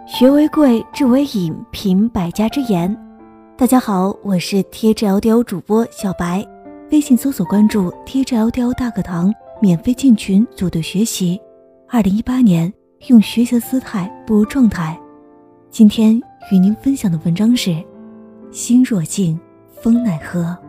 学为贵，智为引，品百家之言。大家好，我是 THLDL 主播小白，微信搜索关注 THLDL 大课堂，免费进群组队学习。2018年，用学习的姿态步入状态。今天与您分享的文章是：心若静，风奈何。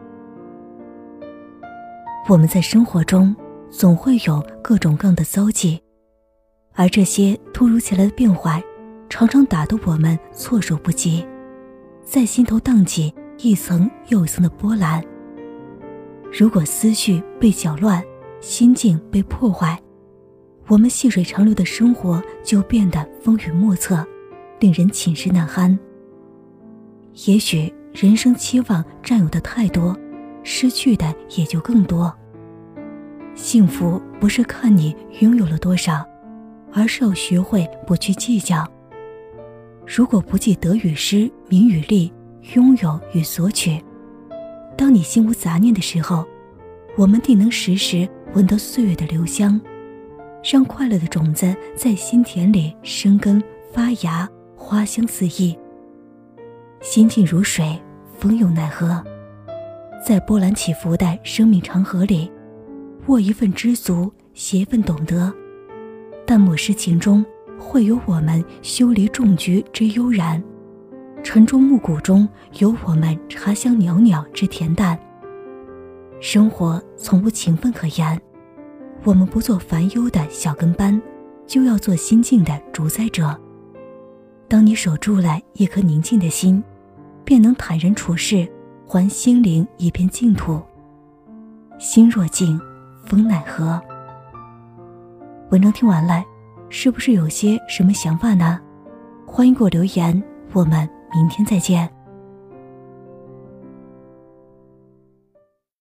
我们在生活中总会有各种各样的遭际，而这些突如其来的变化常常打得我们措手不及，在心头荡起一层又一层的波澜。如果思绪被搅乱，心境被破坏，我们细水长流的生活就变得风雨莫测，令人寝食难安。也许人生期望占有的太多，失去的也就更多。幸福不是看你拥有了多少，而是要学会不去计较。如果不计得与失，名与利，拥有与索取，当你心无杂念的时候，我们定能时时闻得岁月的留香，让快乐的种子在心田里生根发芽，花香四溢。心静如水，风又奈何。在波澜起伏的生命长河里，握一份知足，携一份懂得，淡漠诗情中会有我们修篱种菊之悠然，晨钟暮鼓中有我们茶香袅袅之恬淡。生活从无情分可言，我们不做烦忧的小跟班，就要做心境的主宰者。当你守住了一颗宁静的心，便能坦然处事，还心灵一片净土。心若静，风奈何。文章听完了，是不是有些什么想法呢？欢迎给我留言，我们明天再见。